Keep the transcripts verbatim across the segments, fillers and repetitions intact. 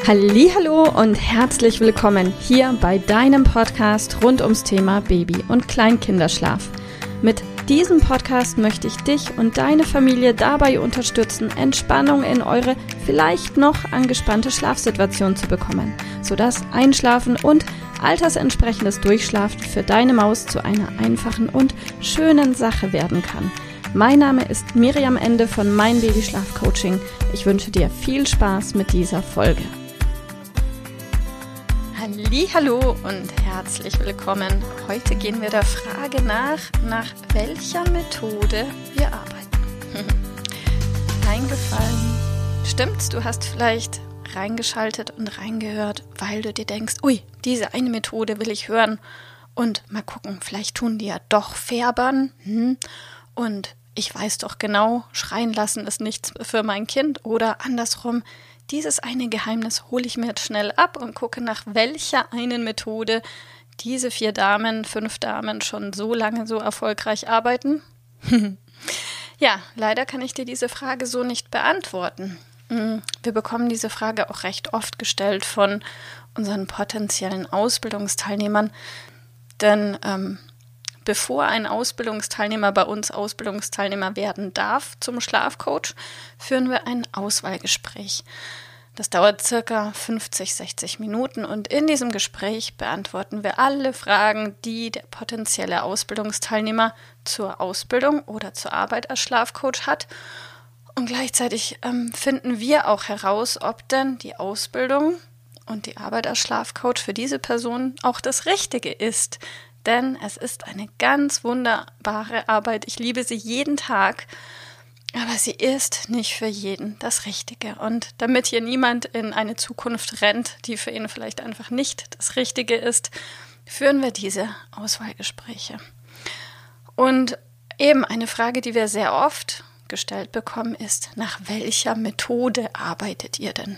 Hallihallo und herzlich willkommen hier bei deinem Podcast rund ums Thema Baby- und Kleinkinderschlaf. Mit diesem Podcast möchte ich dich und deine Familie dabei unterstützen, Entspannung in eure vielleicht noch angespannte Schlafsituation zu bekommen, sodass Einschlafen und altersentsprechendes Durchschlafen für deine Maus zu einer einfachen und schönen Sache werden kann. Mein Name ist Miriam Ende von Mein Babyschlaf Coaching. Ich wünsche dir viel Spaß mit dieser Folge. Hallihallo und herzlich willkommen. Heute gehen wir der Frage nach, nach welcher Methode wir arbeiten. Reingefallen. Stimmt's, du hast vielleicht reingeschaltet und reingehört, weil du dir denkst, ui, diese eine Methode will ich hören und mal gucken, vielleicht tun die ja doch färbern. Hm. Und ich weiß doch genau, schreien lassen ist nichts für mein Kind oder andersrum. Dieses eine Geheimnis hole ich mir jetzt schnell ab und gucke, nach welcher einen Methode diese vier Damen, fünf Damen schon so lange so erfolgreich arbeiten. Ja, leider kann ich dir diese Frage so nicht beantworten. Wir bekommen diese Frage auch recht oft gestellt von unseren potenziellen Ausbildungsteilnehmern, denn ähm, bevor ein Ausbildungsteilnehmer bei uns Ausbildungsteilnehmer werden darf zum Schlafcoach, führen wir ein Auswahlgespräch. Das dauert circa fünfzig, sechzig Minuten und in diesem Gespräch beantworten wir alle Fragen, die der potenzielle Ausbildungsteilnehmer zur Ausbildung oder zur Arbeit als Schlafcoach hat. Und gleichzeitig ähm, finden wir auch heraus, ob denn die Ausbildung und die Arbeit als Schlafcoach für diese Person auch das Richtige ist. Denn es ist eine ganz wunderbare Arbeit. Ich liebe sie jeden Tag, aber sie ist nicht für jeden das Richtige. Und damit hier niemand in eine Zukunft rennt, die für ihn vielleicht einfach nicht das Richtige ist, führen wir diese Auswahlgespräche. Und eben eine Frage, die wir sehr oft gestellt bekommen, ist, nach welcher Methode arbeitet ihr denn?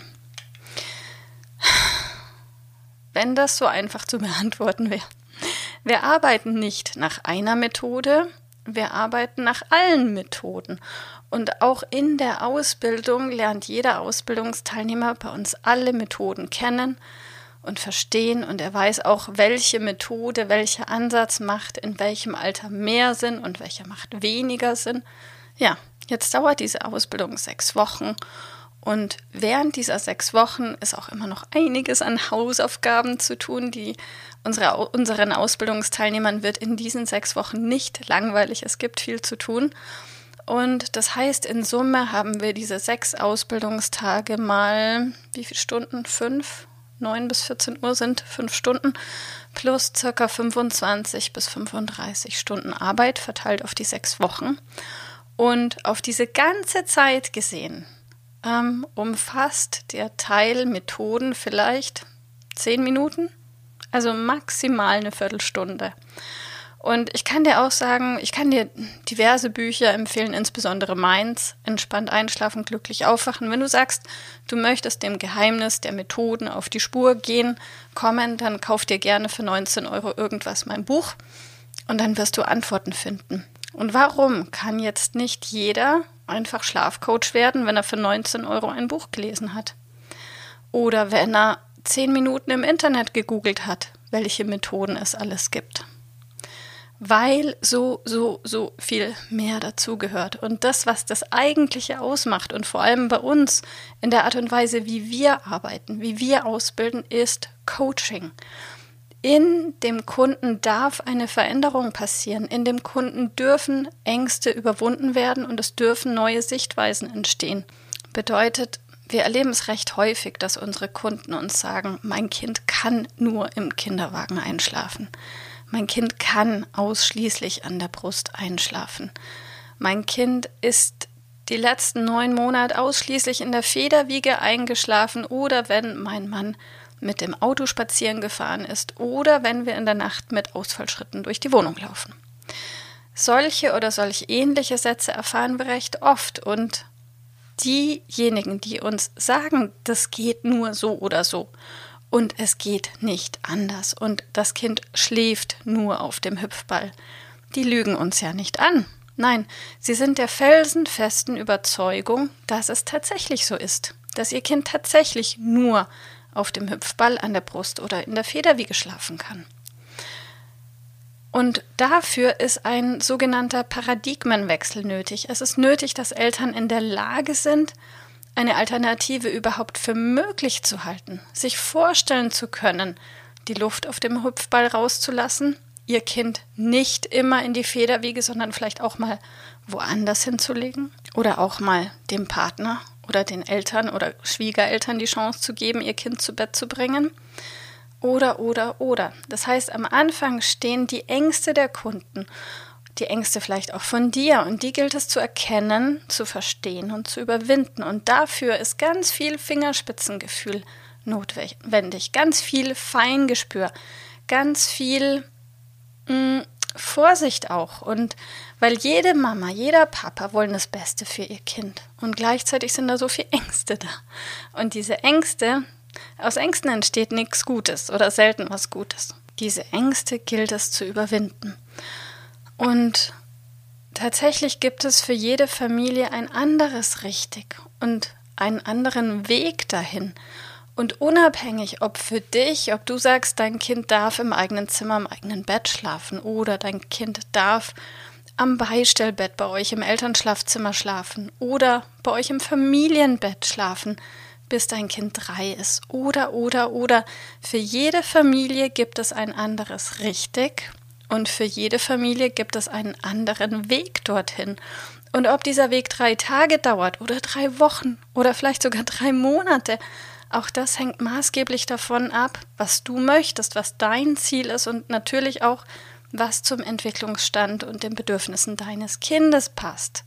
Wenn das so einfach zu beantworten wäre. Wir arbeiten nicht nach einer Methode, wir arbeiten nach allen Methoden. Und auch in der Ausbildung lernt jeder Ausbildungsteilnehmer bei uns alle Methoden kennen und verstehen. Und er weiß auch, welche Methode, welcher Ansatz macht in welchem Alter mehr Sinn und welcher macht weniger Sinn. Ja, jetzt dauert diese Ausbildung sechs Wochen. Und während dieser sechs Wochen ist auch immer noch einiges an Hausaufgaben zu tun, die unsere, unseren Ausbildungsteilnehmern wird in diesen sechs Wochen nicht langweilig. Es gibt viel zu tun. Und das heißt, in Summe haben wir diese sechs Ausbildungstage mal, wie viele Stunden? Fünf? Neun bis vierzehn Uhr sind fünf Stunden plus circa fünfundzwanzig bis fünfunddreißig Stunden Arbeit verteilt auf die sechs Wochen. Und auf diese ganze Zeit gesehen ähm, umfasst der Teil Methoden vielleicht zehn Minuten, also maximal eine Viertelstunde. Und ich kann dir auch sagen, ich kann dir diverse Bücher empfehlen, insbesondere meins, Entspannt einschlafen, glücklich aufwachen. Wenn du sagst, du möchtest dem Geheimnis der Methoden auf die Spur gehen, kommen, dann kauf dir gerne für neunzehn Euro irgendwas mein Buch und dann wirst du Antworten finden. Und warum kann jetzt nicht jeder einfach Schlafcoach werden, wenn er für neunzehn Euro ein Buch gelesen hat? Oder wenn er zehn Minuten im Internet gegoogelt hat, welche Methoden es alles gibt? Weil so, so, so viel mehr dazugehört. Und das, was das Eigentliche ausmacht und vor allem bei uns in der Art und Weise, wie wir arbeiten, wie wir ausbilden, ist Coaching. In dem Kunden darf eine Veränderung passieren. In dem Kunden dürfen Ängste überwunden werden und es dürfen neue Sichtweisen entstehen. Bedeutet, wir erleben es recht häufig, dass unsere Kunden uns sagen, mein Kind kann nur im Kinderwagen einschlafen. Mein Kind kann ausschließlich an der Brust einschlafen. Mein Kind ist die letzten neun Monate ausschließlich in der Federwiege eingeschlafen oder wenn mein Mann mit dem Auto spazieren gefahren ist oder wenn wir in der Nacht mit Ausfallschritten durch die Wohnung laufen. Solche oder solch ähnliche Sätze erfahren wir recht oft und diejenigen, die uns sagen, das geht nur so oder so und es geht nicht anders und das Kind schläft nur auf dem Hüpfball, die lügen uns ja nicht an. Nein, sie sind der felsenfesten Überzeugung, dass es tatsächlich so ist, dass ihr Kind tatsächlich nur auf dem Hüpfball, an der Brust oder in der Federwiege schlafen kann. Und dafür ist ein sogenannter Paradigmenwechsel nötig. Es ist nötig, dass Eltern in der Lage sind, eine Alternative überhaupt für möglich zu halten, sich vorstellen zu können, die Luft auf dem Hüpfball rauszulassen, ihr Kind nicht immer in die Federwiege, sondern vielleicht auch mal woanders hinzulegen oder auch mal dem Partner oder den Eltern oder Schwiegereltern die Chance zu geben, ihr Kind zu Bett zu bringen. Oder, oder, oder. Das heißt, am Anfang stehen die Ängste der Kunden, die Ängste vielleicht auch von dir, und die gilt es zu erkennen, zu verstehen und zu überwinden. Und dafür ist ganz viel Fingerspitzengefühl notwendig, ganz viel Feingespür, ganz viel mh, Vorsicht auch. Und weil jede Mama, jeder Papa wollen das Beste für ihr Kind. Und gleichzeitig sind da so viele Ängste da. Und diese Ängste, aus Ängsten entsteht nichts Gutes oder selten was Gutes. Diese Ängste gilt es zu überwinden. Und tatsächlich gibt es für jede Familie ein anderes Richtig und einen anderen Weg dahin. Und unabhängig, ob für dich, ob du sagst, dein Kind darf im eigenen Zimmer, im eigenen Bett schlafen oder dein Kind darf am Beistellbett bei euch im Elternschlafzimmer schlafen oder bei euch im Familienbett schlafen, bis dein Kind drei ist. Oder, oder, oder. Für jede Familie gibt es ein anderes Richtig und für jede Familie gibt es einen anderen Weg dorthin. Und ob dieser Weg drei Tage dauert oder drei Wochen oder vielleicht sogar drei Monate, auch das hängt maßgeblich davon ab, was du möchtest, was dein Ziel ist und natürlich auch, was zum Entwicklungsstand und den Bedürfnissen deines Kindes passt.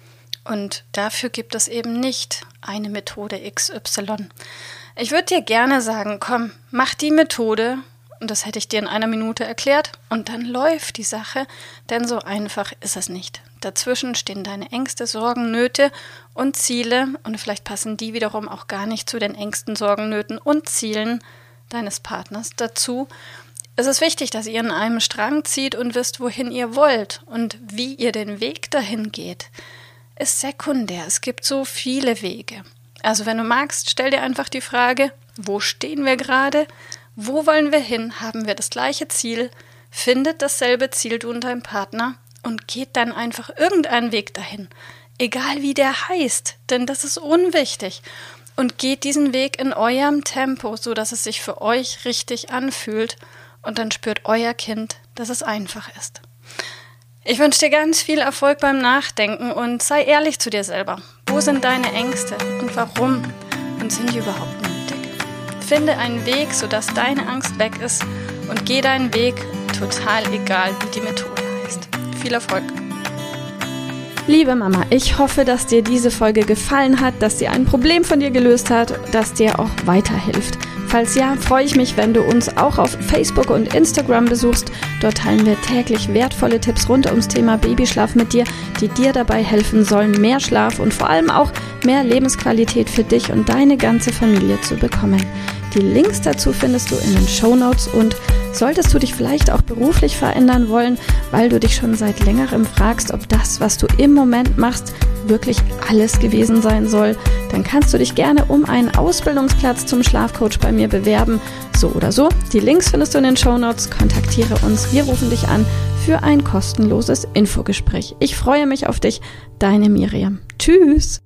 Und dafür gibt es eben nicht eine Methode X Y. Ich würde dir gerne sagen, komm, mach die Methode, und das hätte ich dir in einer Minute erklärt, und dann läuft die Sache, denn so einfach ist es nicht. Dazwischen stehen deine Ängste, Sorgen, Nöte und Ziele, und vielleicht passen die wiederum auch gar nicht zu den Ängsten, Sorgen, Nöten und Zielen deines Partners dazu. Es ist wichtig, dass ihr an einem Strang zieht und wisst, wohin ihr wollt und wie ihr den Weg dahin geht. Ist sekundär. Es gibt so viele Wege. Also wenn du magst, stell dir einfach die Frage, wo stehen wir gerade? Wo wollen wir hin? Haben wir das gleiche Ziel? Findet dasselbe Ziel du und dein Partner und geht dann einfach irgendeinen Weg dahin. Egal wie der heißt, denn das ist unwichtig. Und geht diesen Weg in eurem Tempo, sodass es sich für euch richtig anfühlt und dann spürt euer Kind, dass es einfach ist. Ich wünsche dir ganz viel Erfolg beim Nachdenken und sei ehrlich zu dir selber. Wo sind deine Ängste und warum? Und sind die überhaupt nötig? Finde einen Weg, sodass deine Angst weg ist und geh deinen Weg, total egal, wie die Methode heißt. Viel Erfolg! Liebe Mama, ich hoffe, dass dir diese Folge gefallen hat, dass sie ein Problem von dir gelöst hat, dass dir auch weiterhilft. Falls ja, freue ich mich, wenn du uns auch auf Facebook und Instagram besuchst. Dort teilen wir täglich wertvolle Tipps rund ums Thema Babyschlaf mit dir, die dir dabei helfen sollen, mehr Schlaf und vor allem auch mehr Lebensqualität für dich und deine ganze Familie zu bekommen. Die Links dazu findest du in den Shownotes, und solltest du dich vielleicht auch beruflich verändern wollen, weil du dich schon seit längerem fragst, ob das, was du im Moment machst, wirklich alles gewesen sein soll, dann kannst du dich gerne um einen Ausbildungsplatz zum Schlafcoach bei mir bewerben. So oder so, die Links findest du in den Shownotes. Kontaktiere uns, wir rufen dich an für ein kostenloses Infogespräch. Ich freue mich auf dich, deine Miriam. Tschüss!